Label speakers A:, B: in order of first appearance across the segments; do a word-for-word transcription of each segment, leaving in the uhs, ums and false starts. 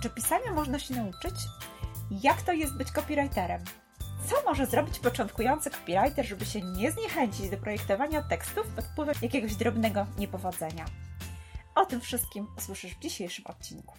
A: Czy pisania można się nauczyć? Jak to jest być copywriterem? Co może zrobić początkujący copywriter, żeby się nie zniechęcić do projektowania tekstów pod wpływem jakiegoś drobnego niepowodzenia? O tym wszystkim usłyszysz w dzisiejszym odcinku.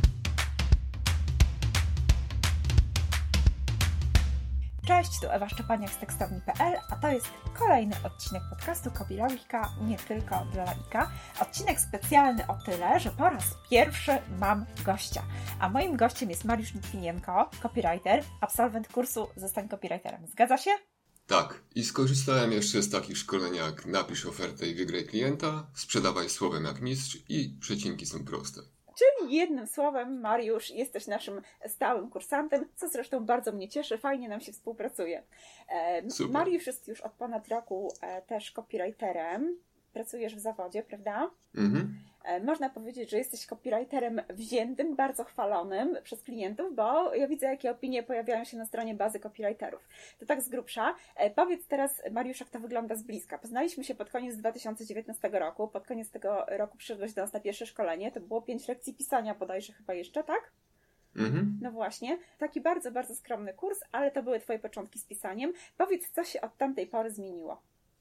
A: Cześć, tu Ewa Szczepaniak z tekstowni kropka pe el, a to jest kolejny odcinek podcastu Copylogika, nie tylko dla laika. Odcinek specjalny o tyle, że po raz pierwszy mam gościa. A moim gościem jest Mariusz Litwinienko, copywriter, absolwent kursu Zostań copywriterem. Zgadza się?
B: Tak. I skorzystałem jeszcze z takich szkoleń jak napisz ofertę i wygraj klienta, sprzedawaj słowem jak mistrz i przecinki są proste.
A: Czyli jednym słowem, Mariusz, jesteś naszym stałym kursantem, co zresztą bardzo mnie cieszy, fajnie nam się współpracuje.
B: Super.
A: Mariusz jest już od ponad roku też copywriterem, pracujesz w zawodzie, prawda?
B: Mhm.
A: Można powiedzieć, że jesteś copywriterem wziętym, bardzo chwalonym przez klientów, bo ja widzę, jakie opinie pojawiają się na stronie bazy copywriterów. To tak z grubsza. Powiedz teraz, Mariusz, jak to wygląda z bliska. Poznaliśmy się pod koniec dwa tysiące dziewiętnastego roku. Pod koniec tego roku przyszedłeś do nas na pierwsze szkolenie. To było pięć lekcji pisania bodajże chyba jeszcze, tak?
B: Mhm.
A: No właśnie. Taki bardzo, bardzo skromny kurs, ale to były twoje początki z pisaniem. Powiedz, co się od tamtej pory zmieniło?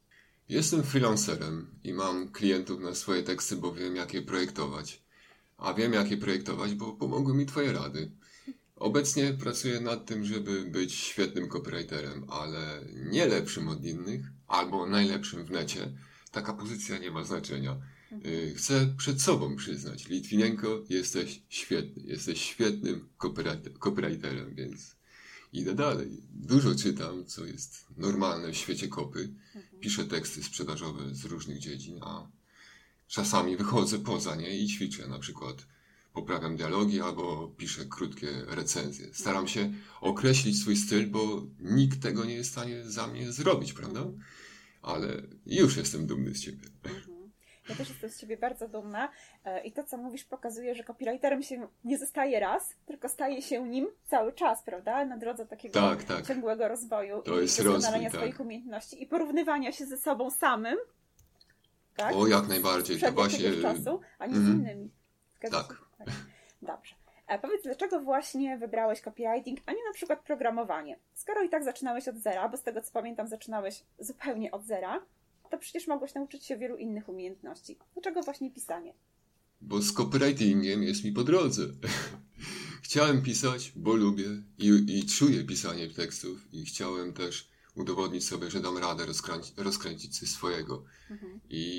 B: Jestem freelancerem i mam klientów na swoje teksty, bo wiem, jak je projektować. A wiem, jak je projektować, bo pomogły mi twoje rady. Obecnie pracuję nad tym, żeby być świetnym copywriterem, ale nie lepszym od innych, albo najlepszym w necie. Taka pozycja nie ma znaczenia. Chcę przed sobą przyznać, Litwinienko, jesteś świetny, jesteś świetnym copywriterem, więc idę dalej. Dużo czytam, co jest normalne w świecie kopy. Piszę teksty sprzedażowe z różnych dziedzin, a czasami wychodzę poza nie i ćwiczę. Na przykład poprawiam dialogi albo piszę krótkie recenzje. Staram się określić swój styl, bo nikt tego nie jest w stanie za mnie zrobić, prawda? Ale już jestem dumny z ciebie.
A: Ja też jestem z ciebie bardzo dumna i to, co mówisz, pokazuje, że copywriterem się nie zostaje raz, tylko staje się nim cały czas, prawda? Na drodze takiego
B: tak, tak.
A: ciągłego rozwoju
B: to
A: i
B: jest
A: doskonalenia
B: rozwój,
A: swoich
B: tak.
A: umiejętności i porównywania się ze sobą samym. Tak?
B: O, jak najbardziej.
A: Przed
B: to właśnie
A: czasu, a nie
B: mm.
A: z innymi. Zgadza
B: Tak.
A: się? Tak. Dobrze. A powiedz, dlaczego właśnie wybrałeś copywriting, a nie na przykład programowanie? Skoro i tak zaczynałeś od zera, bo z tego co pamiętam zaczynałeś zupełnie od zera, to przecież mogłeś nauczyć się wielu innych umiejętności. Dlaczego właśnie pisanie?
B: Bo z copywritingiem jest mi po drodze. Chciałem pisać, bo lubię i, i czuję pisanie tekstów i chciałem też udowodnić sobie, że dam radę rozkręcić, rozkręcić coś swojego. Mhm.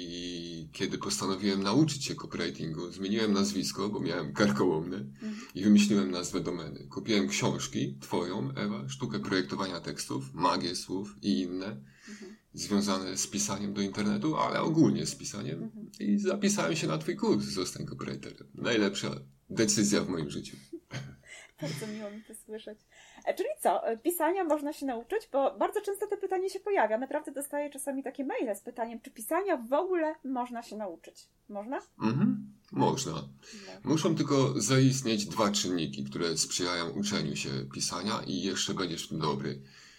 B: I kiedy postanowiłem nauczyć się copywritingu, zmieniłem nazwisko, bo miałem karkołomne mhm. i wymyśliłem nazwę domeny. Kupiłem książki, twoją, Ewa, sztukę projektowania tekstów, magię słów i inne. Mhm. związane z pisaniem do internetu, ale ogólnie z pisaniem mhm. i zapisałem się na twój kurs Zostań copywriterem. Najlepsza decyzja w moim życiu.
A: Bardzo miło mi to słyszeć. Czyli co, pisania można się nauczyć? Bo bardzo często to pytanie się pojawia. Naprawdę dostaję czasami takie maile z pytaniem, czy pisania w ogóle można się nauczyć. Można?
B: Mhm. Można. No. Muszą tylko zaistnieć dwa czynniki, które sprzyjają uczeniu się pisania i jeszcze będziesz w tym dobry.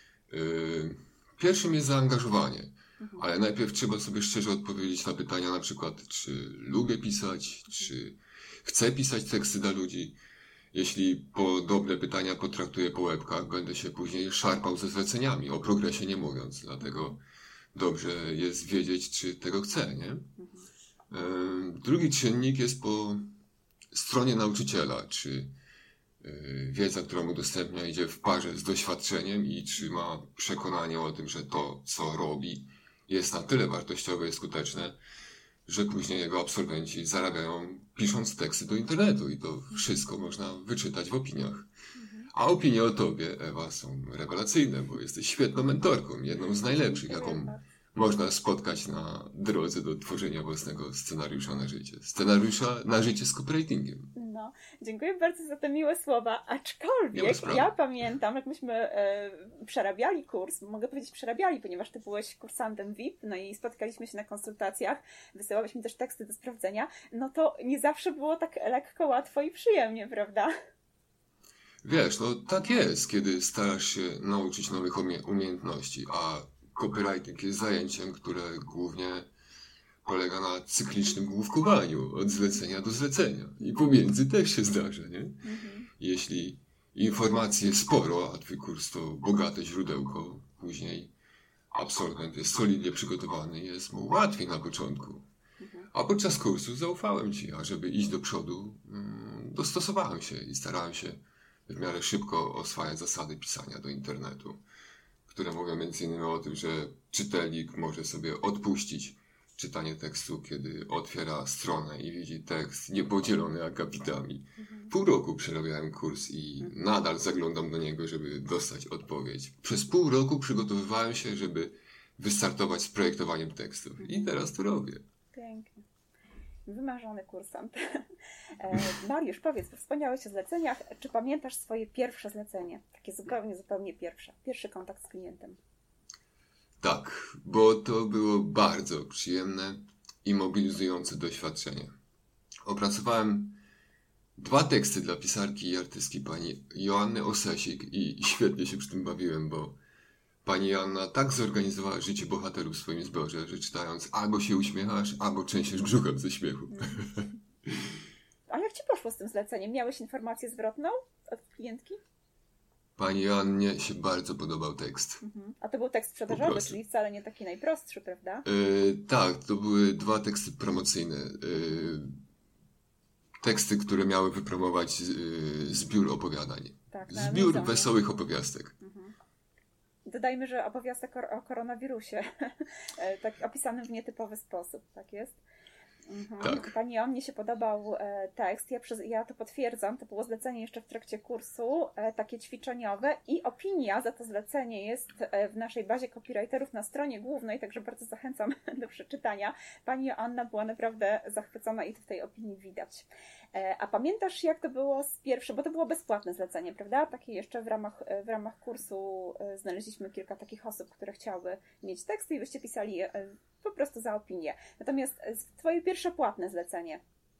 B: Yy... Pierwszym jest zaangażowanie, mhm. ale najpierw trzeba sobie szczerze odpowiedzieć na pytania na przykład, czy lubię pisać, czy chcę pisać teksty dla ludzi. Jeśli po dobre pytania potraktuję po łebkach, będę się później szarpał ze zleceniami, o progresie nie mówiąc. Dlatego dobrze jest wiedzieć, czy tego chcę, nie? Mhm. Drugi czynnik jest po stronie nauczyciela, czy wiedza, którą udostępnia, idzie w parze z doświadczeniem i czy ma przekonanie o tym, że to, co robi, jest na tyle wartościowe i skuteczne, że później jego absolwenci zarabiają pisząc teksty do internetu i to wszystko można wyczytać w opiniach. A opinie o tobie, Ewa, są rewelacyjne, bo jesteś świetną mentorką, jedną z najlepszych, jaką można spotkać na drodze do tworzenia własnego scenariusza na życie. Scenariusza na życie z copywritingiem.
A: No, dziękuję bardzo za te miłe słowa, aczkolwiek ja pamiętam, jak myśmy e, przerabiali kurs, mogę powiedzieć przerabiali, ponieważ ty byłeś kursantem V I P, no i spotkaliśmy się na konsultacjach, wysyłałeś mi też teksty do sprawdzenia, no to nie zawsze było tak lekko, łatwo i przyjemnie, prawda?
B: Wiesz, no tak jest, kiedy starasz się nauczyć nowych umie- umiejętności, a copywriting jest zajęciem, które głównie polega na cyklicznym główkowaniu od zlecenia do zlecenia. I pomiędzy też się zdarza, nie? Mhm. Jeśli informacji jest sporo, a twój kurs to bogate źródełko, później absolwent jest solidnie przygotowany, jest mu łatwiej na początku. A podczas kursu zaufałem ci, a żeby iść do przodu, dostosowałem się i starałem się w miarę szybko oswajać zasady pisania do internetu, które mówią między innymi o tym, że czytelnik może sobie odpuścić czytanie tekstu, kiedy otwiera stronę i widzi tekst niepodzielony akapitami. Mhm. Pół roku przerabiałem kurs i mhm. nadal zaglądam do niego, żeby dostać odpowiedź. Przez pół roku przygotowywałem się, żeby wystartować z projektowaniem tekstów. Mhm. I teraz to robię.
A: Pięknie. Wymarzony kursant. Mariusz, powiedz, wspomniałeś o zleceniach. Czy pamiętasz swoje pierwsze zlecenie? Takie zupełnie, zupełnie pierwsze. Pierwszy kontakt z klientem.
B: Tak, bo to było bardzo przyjemne i mobilizujące doświadczenie. Opracowałem dwa teksty dla pisarki i artystki pani Joanny Osesik i świetnie się przy tym bawiłem, bo pani Joanna tak zorganizowała życie bohaterów w swoim zbiorze, że czytając albo się uśmiechasz, albo trzęsiesz brzuchem ze śmiechu.
A: Mm. A jak ci poszło z tym zleceniem? Miałeś informację zwrotną od klientki?
B: Pani Joannie się bardzo podobał tekst.
A: Mhm. A to był tekst sprzedażowy, czyli wcale nie taki najprostszy, prawda?
B: Yy, tak, to były dwa teksty promocyjne. Yy, teksty, które miały wypromować yy, zbiór opowiadań. Tak, zbiór wesołych opowiastek. Mhm.
A: Dodajmy, że opowiastek o, o koronawirusie. Tak opisany w nietypowy sposób, tak jest? Mhm. Tak. Pani Joannie się podobał e, tekst, ja, przez, ja to potwierdzam, to było zlecenie jeszcze w trakcie kursu, e, takie ćwiczeniowe i opinia za to zlecenie jest e, w naszej bazie copywriterów na stronie głównej, także bardzo zachęcam do przeczytania. Pani Joanna była naprawdę zachwycona i to w tej opinii widać. E, a pamiętasz, jak to było z pierwszym, bo to było bezpłatne zlecenie, prawda? Takie jeszcze w ramach, w ramach kursu e, znaleźliśmy kilka takich osób, które chciały mieć teksty i byście pisali e, po prostu za opinię. Natomiast twoje pierwsze płatne zlecenie.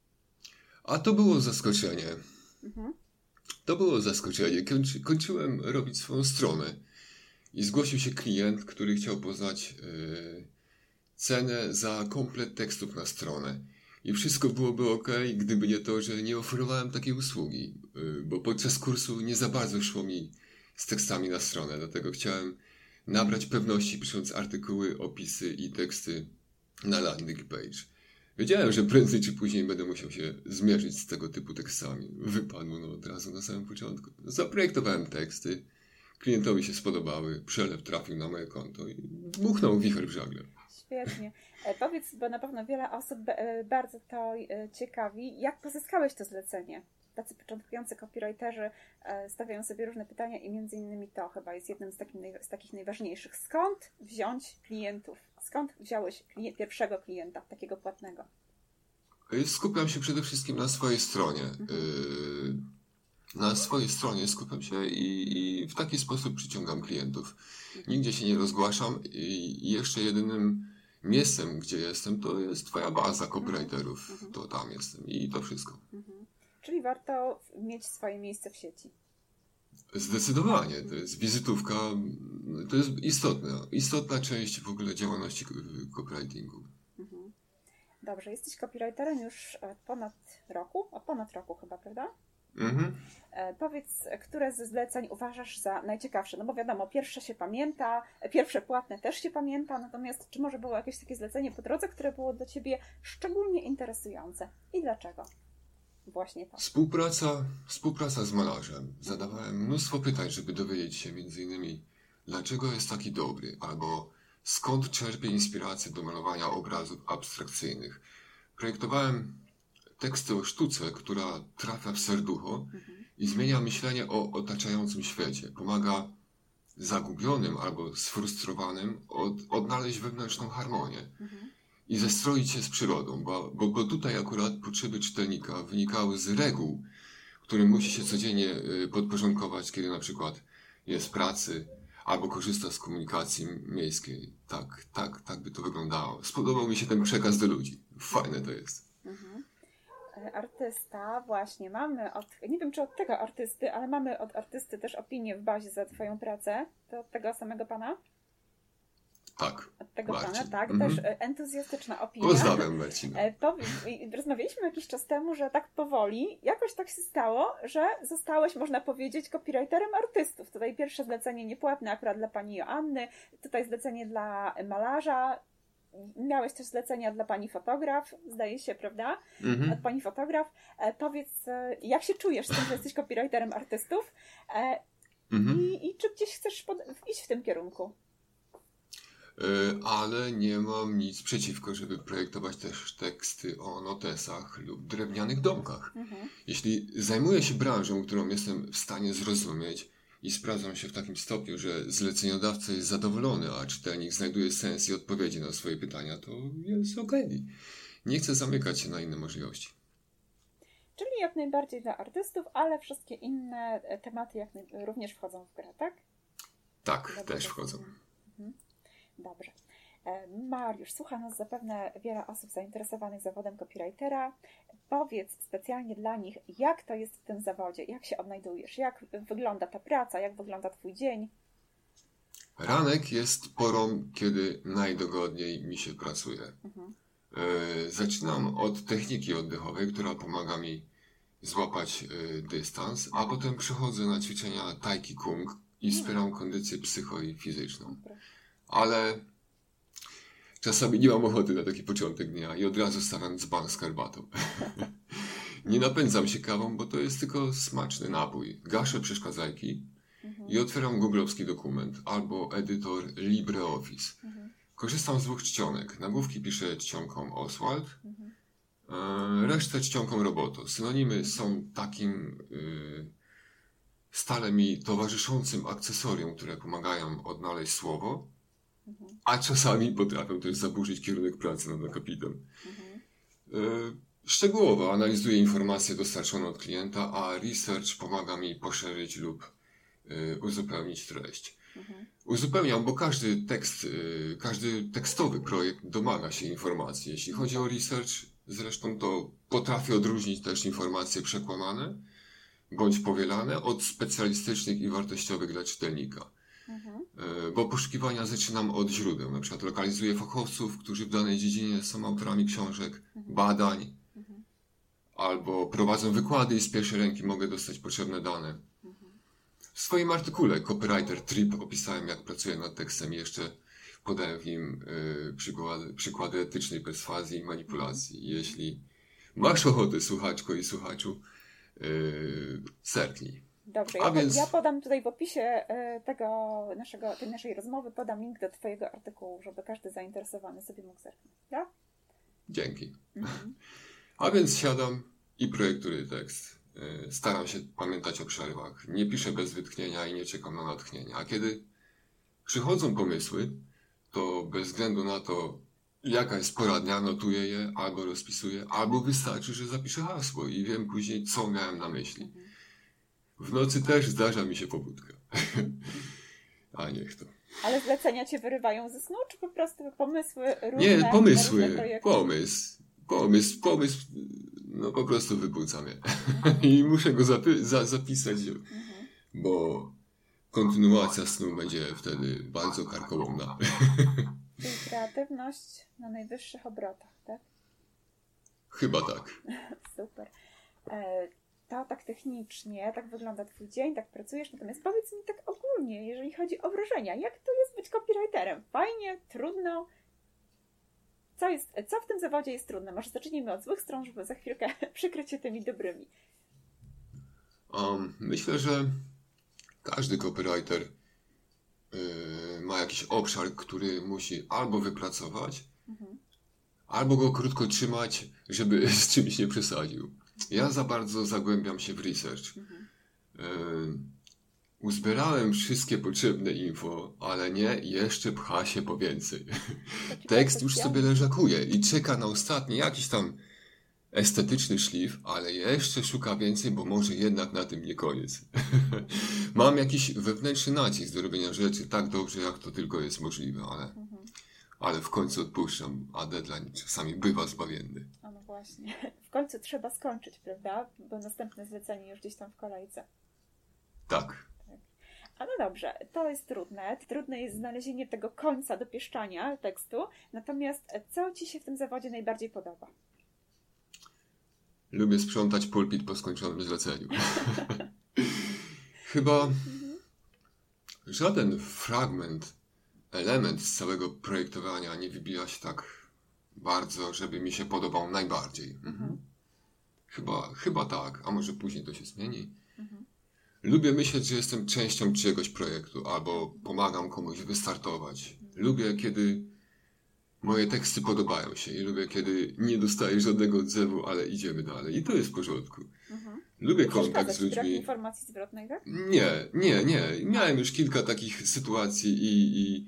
B: A to było zaskoczenie. Mhm. To było zaskoczenie. Kończy, kończyłem robić swoją stronę i zgłosił się klient, który chciał poznać yy, cenę za komplet tekstów na stronę. I wszystko byłoby ok, gdyby nie to, że nie oferowałem takiej usługi, yy, bo podczas kursu nie za bardzo szło mi z tekstami na stronę, dlatego chciałem nabrać pewności, pisząc artykuły, opisy i teksty na landing page. Wiedziałem, że prędzej czy później będę musiał się zmierzyć z tego typu tekstami. Wypadło no od razu na samym początku. Zaprojektowałem teksty, klientowi się spodobały, przelew trafił na moje konto i dmuchnął wicher w żagle.
A: Świetnie. E, powiedz, bo na pewno wiele osób e, bardzo to e, ciekawi, jak pozyskałeś to zlecenie? Tacy początkujący copywriterzy e, stawiają sobie różne pytania i między innymi to chyba jest jednym z, takim, z takich najważniejszych. Skąd wziąć klientów? Skąd wziąłeś klient, pierwszego klienta, takiego płatnego?
B: Skupiam się przede wszystkim na swojej stronie. Mhm. Yy, na swojej stronie skupiam się i, i w taki sposób przyciągam klientów. Mhm. Nigdzie się nie rozgłaszam i jeszcze jedynym miejscem, gdzie jestem, to jest twoja baza copywriterów. Mhm. To tam jestem i to wszystko. Mhm.
A: Czyli warto mieć swoje miejsce w sieci.
B: Zdecydowanie. To jest wizytówka, to jest istotna, istotna część w ogóle działalności copywritingu.
A: Mhm. Dobrze, jesteś copywriterem już od ponad roku? Od ponad roku chyba, prawda? Mhm. E, powiedz, które ze zleceń uważasz za najciekawsze? No bo wiadomo, pierwsze się pamięta, pierwsze płatne też się pamięta, natomiast czy może było jakieś takie zlecenie po drodze, które było dla Ciebie szczególnie interesujące? I dlaczego? Właśnie tak.
B: Współpraca, współpraca z malarzem. Zadawałem mnóstwo pytań, żeby dowiedzieć się między innymi, dlaczego jest taki dobry, albo skąd czerpie inspirację do malowania obrazów abstrakcyjnych. Projektowałem teksty o sztuce, która trafia w serducho mhm. i zmienia myślenie o otaczającym świecie. Pomaga zagubionym albo sfrustrowanym od, odnaleźć wewnętrzną harmonię. Mhm. I zestroić się z przyrodą, bo, bo, bo tutaj akurat potrzeby czytelnika wynikały z reguł, którym musi się codziennie podporządkować, kiedy na przykład jest w pracy albo korzysta z komunikacji miejskiej. Tak, tak, tak by to wyglądało. Spodobał mi się ten przekaz do ludzi. Fajne to jest.
A: Mhm. Artysta, właśnie, mamy od, nie wiem czy od tego artysty, ale mamy od artysty też opinię w bazie za Twoją pracę. To od tego samego pana?
B: Tak.
A: Od tego
B: Marcin.
A: pana, tak,
B: Mhm.
A: też entuzjastyczna opinia.
B: Pozdrawiam, Marcina.
A: E, powiem, rozmawialiśmy jakiś czas temu, że tak powoli jakoś tak się stało, że zostałeś, można powiedzieć, copywriterem artystów. Tutaj pierwsze zlecenie niepłatne akurat dla pani Joanny, tutaj zlecenie dla malarza. Miałeś też zlecenia dla pani fotograf, zdaje się, prawda?
B: Mhm.
A: Od pani fotograf. E, powiedz, e, jak się czujesz z tym, że jesteś copywriterem artystów? E,
B: Mhm.
A: i, I czy gdzieś chcesz pod, iść w tym kierunku?
B: Ale nie mam nic przeciwko, żeby projektować też teksty o notesach lub drewnianych domkach.
A: Mhm.
B: Jeśli zajmuję się branżą, którą jestem w stanie zrozumieć i sprawdzam się w takim stopniu, że zleceniodawca jest zadowolony, a czytelnik znajduje sens i odpowiedzi na swoje pytania, to jest okej. Nie chcę zamykać się na inne możliwości.
A: Czyli jak najbardziej dla artystów, ale wszystkie inne tematy jak naj... również wchodzą w grę, tak?
B: Tak,
A: Dobrze,
B: też
A: to-
B: wchodzą.
A: Mhm. Dobrze. E, Mariusz, słucha nas zapewne wiele osób zainteresowanych zawodem copywritera. Powiedz specjalnie dla nich, jak to jest w tym zawodzie, jak się odnajdujesz, jak wygląda ta praca, jak wygląda twój dzień.
B: Ranek jest porą, kiedy najdogodniej mi się pracuje.
A: Mhm.
B: E, Zaczynam od techniki oddechowej, która pomaga mi złapać e, dystans, a potem przechodzę na ćwiczenia Tai Chi Kung i wspieram kondycję psycho i fizyczną.
A: Dobra.
B: Ale czasami nie mam ochoty na taki początek dnia i od razu stawiam dzban z herbatą. Nie napędzam się kawą, bo to jest tylko smaczny napój. Gaszę przeszkadzajki
A: Mhm.
B: i otwieram googlowski dokument albo edytor LibreOffice.
A: Mhm.
B: Korzystam z dwóch czcionek. Nagłówki piszę czcionką Oswald,
A: Mhm.
B: e, resztę czcionką Roboto. Synonimy są takim y, stale mi towarzyszącym akcesorium, które pomagają odnaleźć słowo,
A: Mhm.
B: a czasami potrafią też zaburzyć kierunek pracy nad akapitem.
A: Mhm.
B: E, Szczegółowo analizuję informacje dostarczone od klienta, a research pomaga mi poszerzyć lub e, uzupełnić treść.
A: Mhm.
B: Uzupełniam, bo każdy tekst, e, każdy tekstowy projekt domaga się informacji. Jeśli chodzi o research, zresztą to potrafię odróżnić też informacje przekłamane bądź powielane od specjalistycznych i wartościowych dla czytelnika.
A: Mhm.
B: E, Bo poszukiwania zaczynam od źródeł. Na przykład lokalizuję fachowców, którzy w danej dziedzinie są autorami książek, badań,
A: Mhm.
B: albo prowadzą wykłady i z pierwszej ręki mogę dostać potrzebne dane.
A: Mhm.
B: W swoim artykule Copywriter Trip opisałem, jak pracuję nad tekstem i jeszcze podałem w nim e, przykłady, przykłady etycznej perswazji i manipulacji. Jeśli masz ochotę, słuchaczko i słuchaczu, e, zerknij.
A: Dobrze,
B: A
A: ja,
B: więc-
A: ja podam tutaj w opisie e, tego naszego, tej naszej rozmowy, podam link do twojego artykułu, żeby każdy zainteresowany sobie mógł zerknąć. Ja?
B: Dzięki.
A: Mhm.
B: A więc siadam i projektuję tekst. E, Staram się pamiętać o przerwach. Nie piszę bez wytchnienia i nie czekam na natchnienie. A kiedy przychodzą pomysły, to bez względu na to, jaka jest pora dnia, notuję je albo rozpisuję, albo wystarczy, że zapiszę hasło i wiem później, co miałem na myśli. W nocy też zdarza mi się pobudka. A niech to.
A: Ale zlecenia cię wyrywają ze snu, czy po prostu pomysły różne?
B: Nie,
A: na różne
B: pomysły.
A: projekty?
B: Pomysł. Pomysł, pomysł. No po prostu wybudza mnie. I muszę go zapy- za- zapisać,
A: Mhm.
B: bo kontynuacja snu będzie wtedy bardzo karkołomna.
A: Czyli kreatywność na najwyższych obrotach, tak?
B: Chyba tak.
A: Super. E, to tak technicznie, tak wygląda twój dzień, tak pracujesz, natomiast powiedz mi tak ogólnie, jeżeli chodzi o wrażenia, jak to jest być copywriterem? Fajnie? Trudno? Co, jest, co w tym zawodzie jest trudne? Może zacznijmy od złych stron, żeby za chwilkę przykryć się tymi dobrymi.
B: Um, myślę, że każdy copywriter yy, ma jakiś obszar, który musi albo wypracować,
A: Mhm.
B: albo go krótko trzymać, żeby z czymś nie przesadził. Ja za bardzo zagłębiam się w research.
A: Mhm.
B: Yy, uzbierałem wszystkie potrzebne info, ale nie, jeszcze pcha się po więcej.
A: Taki
B: Tekst już
A: perfekcjonizm.
B: sobie leżakuje i czeka na ostatni jakiś tam estetyczny szlif, ale jeszcze szuka więcej, bo może jednak na tym nie koniec. Mam jakiś wewnętrzny nacisk do robienia rzeczy tak dobrze, jak to tylko jest możliwe, ale,
A: Mhm.
B: ale w końcu odpuszczam, a deadline czasami bywa zbawienny.
A: A no właśnie. W końcu trzeba skończyć, prawda? Bo następne zlecenie już gdzieś tam w kolejce.
B: Tak.
A: A no dobrze, to jest trudne. Trudne jest znalezienie tego końca dopieszczania tekstu. Natomiast co Ci się w tym zawodzie najbardziej podoba?
B: Lubię sprzątać pulpit po skończonym zleceniu. Chyba żaden fragment, element z całego projektowania nie wybija się tak bardzo, żeby mi się podobał najbardziej. Mhm. Chyba, chyba tak, a może później to się zmieni. Mhm. Lubię myśleć, że jestem częścią czyjegoś projektu albo pomagam komuś wystartować. Mhm. Lubię, kiedy moje teksty podobają się i lubię, kiedy nie dostaję żadnego odzewu, ale idziemy dalej i to jest w porządku. Mhm. Lubię kontakt z ludźmi.
A: Brak informacji zwrotnej, tak?
B: Nie, nie, nie. Miałem już kilka takich sytuacji i, i,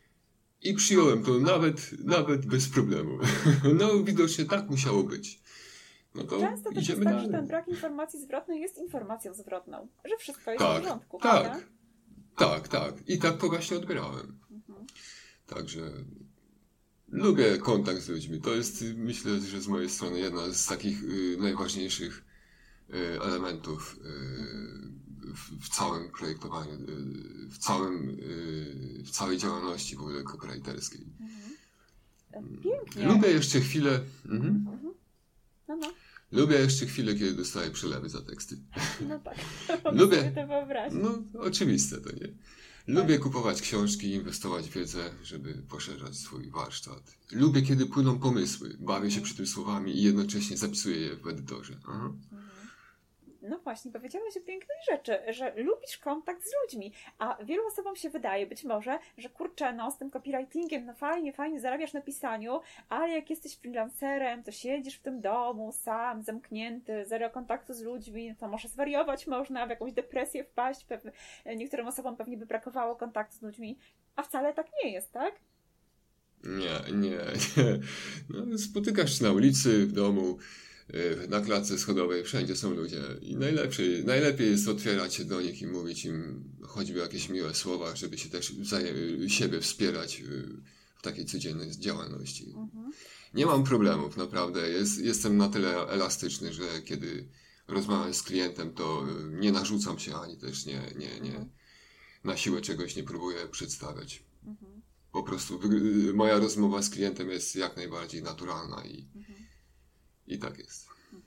B: i przyjąłem to nawet, nawet bez problemu. No widocznie tak musiało być. No to
A: często też jest tak, dalej. Że ten brak informacji zwrotnej jest informacją zwrotną. Że wszystko jest
B: tak,
A: w porządku.
B: Tak,
A: prawda?
B: tak, tak. I tak to właśnie odbierałem. Mhm. Także lubię kontakt z ludźmi. To jest, myślę, że z mojej strony jedna z takich y, najważniejszych y, elementów y, w, w całym projektowaniu, y, w, całym, y, w całej działalności w ogóle copywriterskiej.
A: Mhm. Pięknie.
B: Lubię jeszcze chwilę... Mhm.
A: Mhm. No, no.
B: Lubię jeszcze chwilę, kiedy dostaję przelewy za teksty.
A: No tak,
B: lubię
A: sobie to wyobrazić.
B: No, oczywiste to nie. Lubię tak. kupować książki, inwestować w wiedzę, żeby poszerzać swój warsztat. Lubię, kiedy płyną pomysły, bawię się przy tym słowami i jednocześnie zapisuję je w edytorze. Aha.
A: No właśnie, powiedziałeś o pięknej rzeczy, że lubisz kontakt z ludźmi, a wielu osobom się wydaje być może, że kurczę, no z tym copywritingiem, no fajnie, fajnie zarabiasz na pisaniu, ale jak jesteś freelancerem, to siedzisz w tym domu sam, zamknięty, zero kontaktu z ludźmi, to może zwariować można, w jakąś depresję wpaść, pewnie, niektórym osobom pewnie by brakowało kontaktu z ludźmi, a wcale tak nie jest, tak?
B: Nie, nie, nie. No, spotykasz się na ulicy, w domu, na klatce schodowej, wszędzie są ludzie i najlepiej, najlepiej jest otwierać się do nich i mówić im choćby jakieś miłe słowa, żeby się też wzajem, siebie wspierać w takiej codziennej działalności. Mhm. Nie mam problemów, naprawdę. Jest, jestem na tyle elastyczny, że kiedy rozmawiam z klientem, to nie narzucam się, ani też nie, nie, nie na siłę czegoś nie próbuję przedstawiać. Mhm. Po prostu moja rozmowa z klientem jest jak najbardziej naturalna i mhm. I tak jest.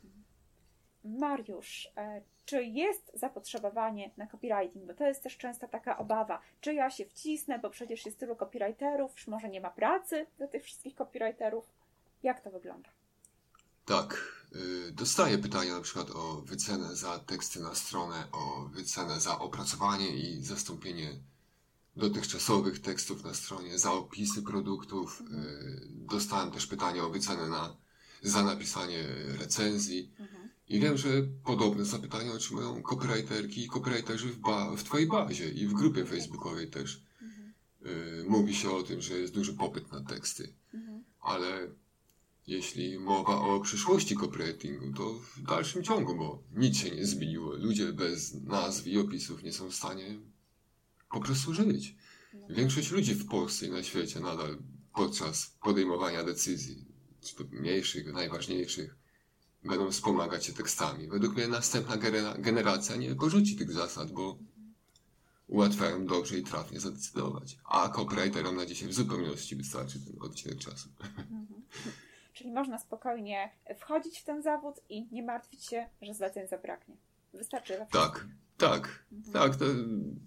A: Mariusz, czy jest zapotrzebowanie na copywriting? Bo to jest też często taka obawa. Czy ja się wcisnę, bo przecież jest tylu copywriterów, czy może nie ma pracy dla tych wszystkich copywriterów? Jak to wygląda?
B: Tak. Dostaję pytania na przykład o wycenę za teksty na stronę, o wycenę za opracowanie i zastąpienie dotychczasowych tekstów na stronie, za opisy produktów. Mhm. Dostałem też pytanie o wycenę na za napisanie recenzji. Mhm. I wiem, że podobne zapytania otrzymują copywriterki i copywriterzy w, ba- w Twojej bazie i w grupie facebookowej też. Mhm. Y- mówi się o tym, że jest duży popyt na teksty. Mhm. Ale jeśli mowa o przyszłości copywritingu, to w dalszym ciągu, bo nic się nie zmieniło. Ludzie bez nazw i opisów nie są w stanie po prostu żyć. Mhm. Większość ludzi w Polsce i na świecie nadal podczas podejmowania decyzji, czy to mniejszych, najważniejszych, będą wspomagać się tekstami. Według mnie następna generacja nie porzuci tych zasad, bo ułatwiają dobrze i trafnie zadecydować. A copywriterom na dzisiaj w zupełności wystarczy ten odcinek czasu.
A: Mhm. Czyli można spokojnie wchodzić w ten zawód i nie martwić się, że zleceń zabraknie. Wystarczy.
B: Tak, tak, mhm. tak. To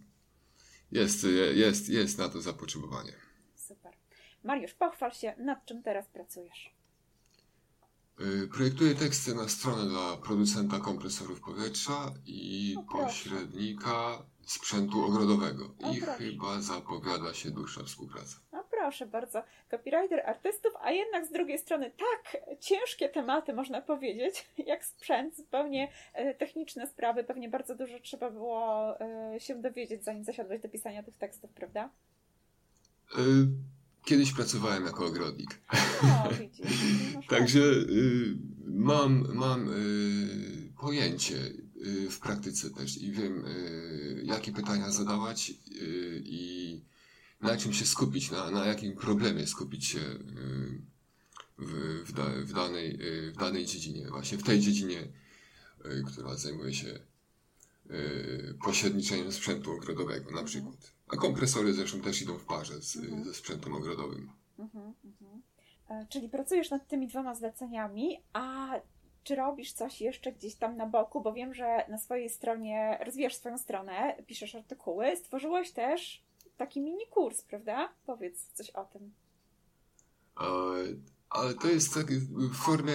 B: jest, jest, jest na to zapotrzebowanie.
A: Super. Mariusz, pochwal się, nad czym teraz pracujesz.
B: Projektuję teksty na stronę dla producenta kompresorów powietrza i no pośrednika sprzętu ogrodowego. No I proszę. Chyba zapowiada się dłuższa współpraca.
A: No proszę bardzo. Copywriter artystów, a jednak z drugiej strony tak ciężkie tematy, można powiedzieć, jak sprzęt, zupełnie techniczne sprawy. Pewnie bardzo dużo trzeba było się dowiedzieć, zanim zasiadłeś do pisania tych tekstów, prawda?
B: Y- Kiedyś pracowałem jako ogrodnik.
A: O, widzisz.
B: Także y, mam, mam y, pojęcie y, w praktyce też i wiem, y, jakie pytania zadawać y, i na czym się skupić, na, na jakim problemie skupić się y, w, w, da, w, danej, y, w danej dziedzinie, właśnie w tej dziedzinie, y, która zajmuje się yy, pośredniczeniem sprzętu ogrodowego na przykład. A kompresory zresztą też idą w parze z, mhm. ze sprzętem ogrodowym.
A: Mhm, mhm. E, czyli pracujesz nad tymi dwoma zleceniami, a czy robisz coś jeszcze gdzieś tam na boku? Bo wiem, że na swojej stronie rozwijasz swoją stronę, piszesz artykuły, stworzyłeś też taki mini kurs, prawda? Powiedz coś o tym.
B: Ale, ale to jest tak w formie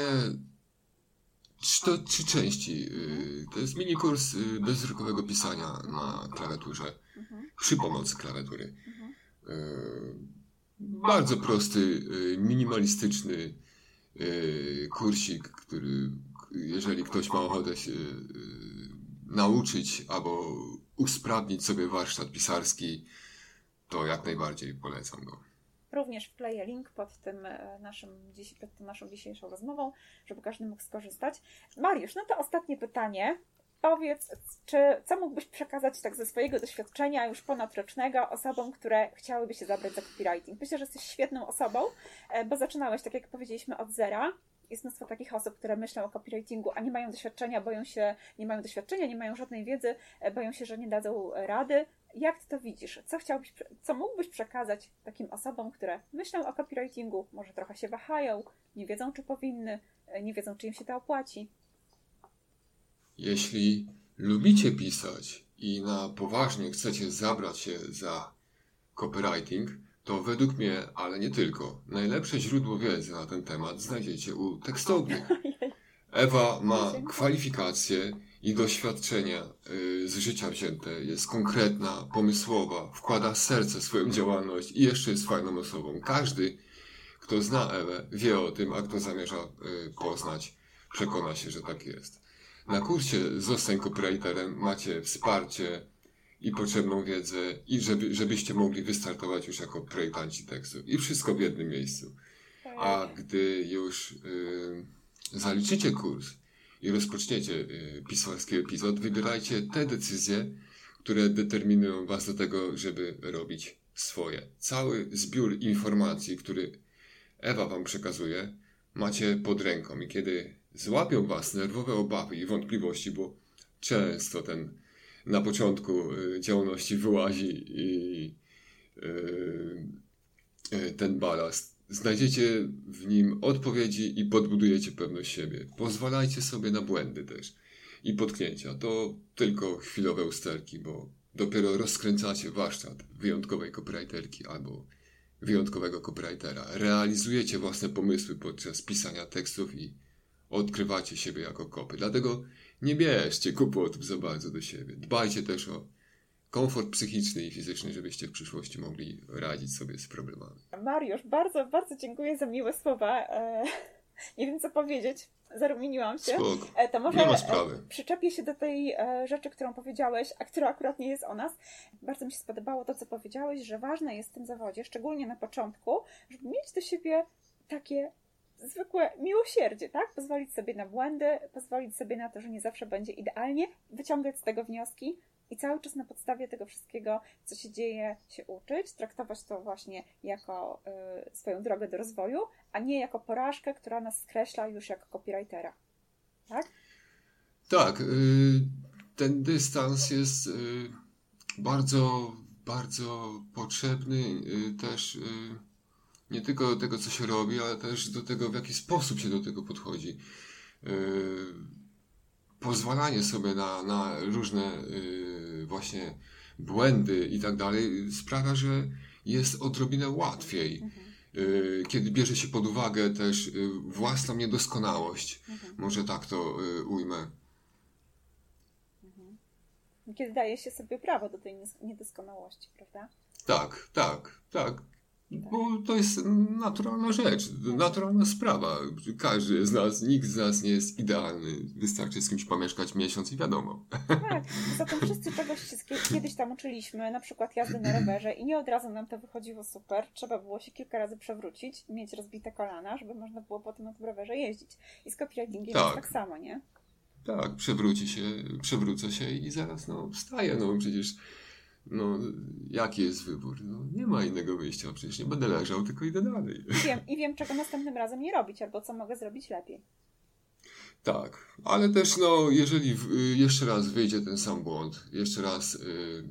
B: trzy, trzy części. To jest mini kurs bezwzrokowego pisania na klawiaturze mhm. przy pomocy klawiatury. Mhm. Bardzo prosty, minimalistyczny kursik, który jeżeli ktoś ma ochotę się nauczyć albo usprawnić sobie warsztat pisarski, to jak najbardziej polecam go.
A: Również wkleję link pod tym naszym, pod tą naszą dzisiejszą rozmową, żeby każdy mógł skorzystać. Mariusz, no to ostatnie pytanie. Powiedz, czy, co mógłbyś przekazać tak ze swojego doświadczenia już ponadrocznego osobom, które chciałyby się zabrać za copywriting? Myślę, że jesteś świetną osobą, bo zaczynałeś, tak jak powiedzieliśmy, od zera. Jest mnóstwo takich osób, które myślą o copywritingu, a nie mają doświadczenia, boją się, nie mają doświadczenia, nie mają żadnej wiedzy, boją się, że nie dadzą rady. Jak ty to widzisz? Co chciałbyś, co mógłbyś przekazać takim osobom, które myślą o copywritingu, może trochę się wahają, nie wiedzą, czy powinny, nie wiedzą, czy im się to opłaci?
B: Jeśli lubicie pisać i na poważnie chcecie zabrać się za copywriting, to według mnie, ale nie tylko, najlepsze źródło wiedzy na ten temat znajdziecie u tekstowni. Ewa ma kwalifikacje i doświadczenia z życia wzięte, jest konkretna, pomysłowa, wkłada serce w swoją działalność i jeszcze jest fajną osobą. Każdy, kto zna Ewę, wie o tym, a kto zamierza poznać, przekona się, że tak jest. Na kursie Zostań copywriterem macie wsparcie i potrzebną wiedzę i żeby, żebyście mogli wystartować już jako projektanci tekstów. I wszystko w jednym miejscu. A gdy już yy, zaliczycie kurs i rozpoczniecie yy, pisarski epizod, wybierajcie te decyzje, które determinują was do tego, żeby robić swoje. Cały zbiór informacji, który Ewa wam przekazuje, macie pod ręką. I kiedy złapią was nerwowe obawy i wątpliwości, bo często ten na początku działalności wyłazi i ten balast. Znajdziecie w nim odpowiedzi i podbudujecie pewność siebie. Pozwalajcie sobie na błędy też i potknięcia. To tylko chwilowe usterki, bo dopiero rozkręcacie warsztat wyjątkowej copywriterki albo wyjątkowego copywritera. Realizujecie własne pomysły podczas pisania tekstów i odkrywacie siebie jako kopy. Dlatego nie bierzcie kłopotów za bardzo do siebie. Dbajcie też o komfort psychiczny i fizyczny, żebyście w przyszłości mogli radzić sobie z problemami.
A: Mariusz, bardzo, bardzo dziękuję za miłe słowa. Nie wiem, co powiedzieć. Zarumieniłam się.
B: Spoko.
A: To może
B: nie ma sprawy.
A: Przyczepię się do tej rzeczy, którą powiedziałeś, a która akurat nie jest o nas. Bardzo mi się spodobało to, co powiedziałeś, że ważne jest w tym zawodzie, szczególnie na początku, żeby mieć do siebie takie zwykłe miłosierdzie, tak? Pozwolić sobie na błędy, pozwolić sobie na to, że nie zawsze będzie idealnie, wyciągać z tego wnioski i cały czas na podstawie tego wszystkiego, co się dzieje, się uczyć, traktować to właśnie jako y, swoją drogę do rozwoju, a nie jako porażkę, która nas skreśla już jako copywritera. Tak?
B: Tak. Y, ten dystans jest y, bardzo, bardzo potrzebny y, też y, nie tylko do tego, co się robi, ale też do tego, w jaki sposób się do tego podchodzi. Yy, pozwalanie sobie na, na różne yy, właśnie błędy i tak dalej sprawia, że jest odrobinę łatwiej. Mhm. Yy, kiedy bierze się pod uwagę też yy, własną niedoskonałość. Mhm. Może tak to yy, ujmę.
A: Mhm. Kiedy daje się sobie prawo do tej niedoskonałości, prawda?
B: Tak, tak, tak. Bo to jest naturalna rzecz, naturalna sprawa. Każdy z nas, nikt z nas nie jest idealny. Wystarczy z kimś pomieszkać miesiąc i wiadomo.
A: Tak, zatem wszyscy czegoś się kiedyś tam uczyliśmy, na przykład jazdy na rowerze i nie od razu nam to wychodziło super. Trzeba było się kilka razy przewrócić, mieć rozbite kolana, żeby można było potem na tym rowerze jeździć. I z copywritingiem tak. jest tak samo, nie?
B: Tak, przewróci się, przewrócę się i zaraz no wstaję, no przecież no, jaki jest wybór? No, nie ma innego wyjścia, przecież nie będę leżał, tylko idę dalej.
A: I wiem, i wiem, czego następnym razem nie robić, albo co mogę zrobić lepiej.
B: Tak, ale też no, jeżeli w, jeszcze raz wyjdzie ten sam błąd, jeszcze raz yy,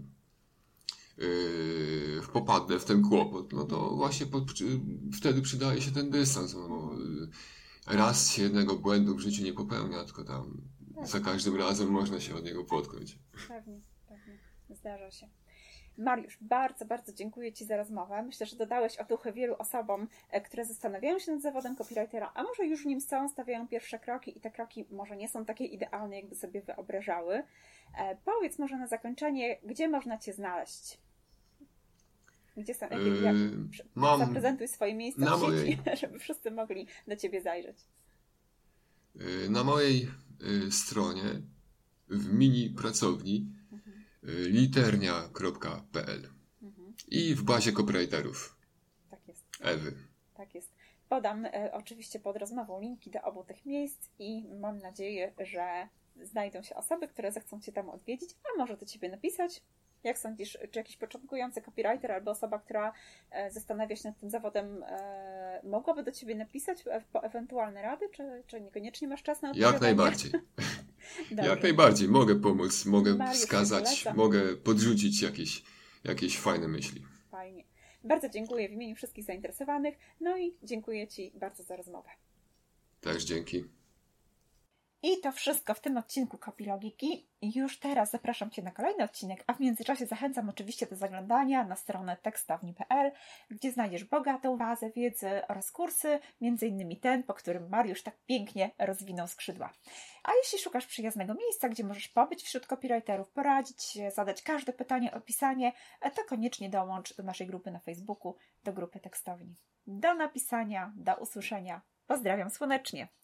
B: yy, popadnę w ten kłopot, no to właśnie pod, wtedy przydaje się ten dystans. Bo raz się jednego błędu w życiu nie popełnia, tylko tam tak. Za każdym razem można się od niego potknąć.
A: Pewnie, pewnie. Zdarza się. Mariusz, bardzo, bardzo dziękuję Ci za rozmowę. Myślę, że dodałeś otuchy wielu osobom, które zastanawiają się nad zawodem copywritera, a może już w nim są, stawiają pierwsze kroki i te kroki może nie są takie idealne, jakby sobie wyobrażały. E, powiedz może na zakończenie, gdzie można Cię znaleźć? Gdzie są, jak, jak, jak, mam zaprezentuj swoje miejsce w sieci, mojej, żeby wszyscy mogli do Ciebie zajrzeć.
B: Na mojej stronie w mini pracowni mhm. liternia kropka pe el mhm. i w bazie copywriterów.
A: Tak jest.
B: Ewy.
A: Tak jest. Podam e, oczywiście pod rozmową linki do obu tych miejsc i mam nadzieję, że znajdą się osoby, które zechcą Cię tam odwiedzić, a może do Ciebie napisać. Jak sądzisz, czy jakiś początkujący copywriter albo osoba, która e, zastanawia się nad tym zawodem, e, mogłaby do Ciebie napisać po ewentualne rady, czy, czy niekoniecznie masz czas na odpowiadanie?
B: Jak najbardziej. Jak najbardziej. Mogę pomóc, mogę Mariusz wskazać, mogę podrzucić jakieś, jakieś fajne myśli.
A: Fajnie. Bardzo dziękuję w imieniu wszystkich zainteresowanych, no i dziękuję Ci bardzo za rozmowę.
B: Też dzięki.
A: I to wszystko w tym odcinku Copylogiki. Już teraz zapraszam Cię na kolejny odcinek, a w międzyczasie zachęcam oczywiście do zaglądania na stronę tekstowni kropka pe el, gdzie znajdziesz bogatą bazę wiedzy oraz kursy, między innymi ten, po którym Mariusz tak pięknie rozwinął skrzydła. A jeśli szukasz przyjaznego miejsca, gdzie możesz pobyć wśród copywriterów, poradzić się, zadać każde pytanie o pisanie, to koniecznie dołącz do naszej grupy na Facebooku, do grupy tekstowni. Do napisania, do usłyszenia. Pozdrawiam słonecznie.